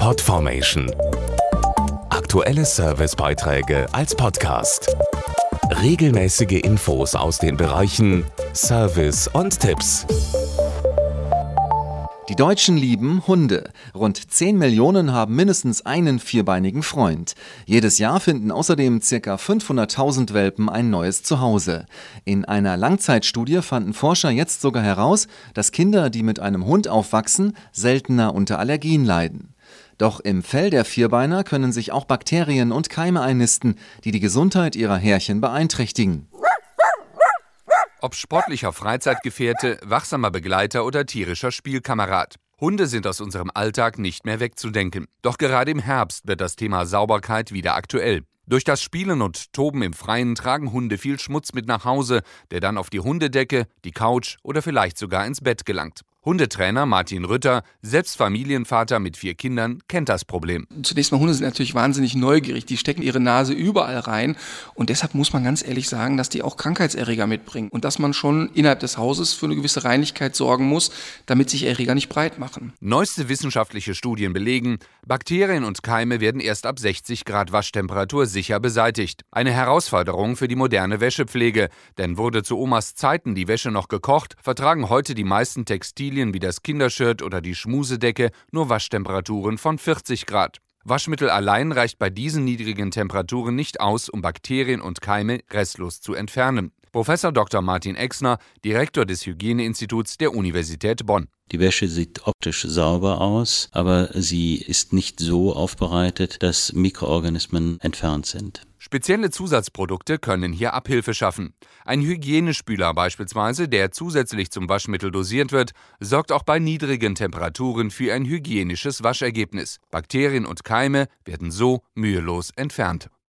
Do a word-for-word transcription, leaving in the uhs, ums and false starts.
Podformation. Aktuelle Servicebeiträge als Podcast. Regelmäßige Infos aus den Bereichen Service und Tipps. Die Deutschen lieben Hunde. Rund zehn Millionen haben mindestens einen vierbeinigen Freund. Jedes Jahr finden außerdem ca. fünfhunderttausend Welpen ein neues Zuhause. In einer Langzeitstudie fanden Forscher jetzt sogar heraus, dass Kinder, die mit einem Hund aufwachsen, seltener unter Allergien leiden. Doch im Fell der Vierbeiner können sich auch Bakterien und Keime einnisten, die die Gesundheit ihrer Härchen beeinträchtigen. Ob sportlicher Freizeitgefährte, wachsamer Begleiter oder tierischer Spielkamerad. Hunde sind aus unserem Alltag nicht mehr wegzudenken. Doch gerade im Herbst wird das Thema Sauberkeit wieder aktuell. Durch das Spielen und Toben im Freien tragen Hunde viel Schmutz mit nach Hause, der dann auf die Hundedecke, die Couch oder vielleicht sogar ins Bett gelangt. Hundetrainer Martin Rütter, selbst Familienvater mit vier Kindern, kennt das Problem. Zunächst mal, Hunde sind natürlich wahnsinnig neugierig, die stecken ihre Nase überall rein und deshalb muss man ganz ehrlich sagen, dass die auch Krankheitserreger mitbringen und dass man schon innerhalb des Hauses für eine gewisse Reinlichkeit sorgen muss, damit sich Erreger nicht breit machen. Neueste wissenschaftliche Studien belegen, Bakterien und Keime werden erst ab sechzig Grad Waschtemperatur sicher beseitigt. Eine Herausforderung für die moderne Wäschepflege, denn wurde zu Omas Zeiten die Wäsche noch gekocht, vertragen heute die meisten Textilien wie das Kindershirt oder die Schmusedecke nur Waschtemperaturen von vierzig Grad. Waschmittel allein reicht bei diesen niedrigen Temperaturen nicht aus, um Bakterien und Keime restlos zu entfernen. Professor Doktor Martin Exner, Direktor des Hygieneinstituts der Universität Bonn. Die Wäsche sieht optisch sauber aus, aber sie ist nicht so aufbereitet, dass Mikroorganismen entfernt sind. Spezielle Zusatzprodukte können hier Abhilfe schaffen. Ein Hygienespüler beispielsweise, der zusätzlich zum Waschmittel dosiert wird, sorgt auch bei niedrigen Temperaturen für ein hygienisches Waschergebnis. Bakterien und Keime werden so mühelos entfernt.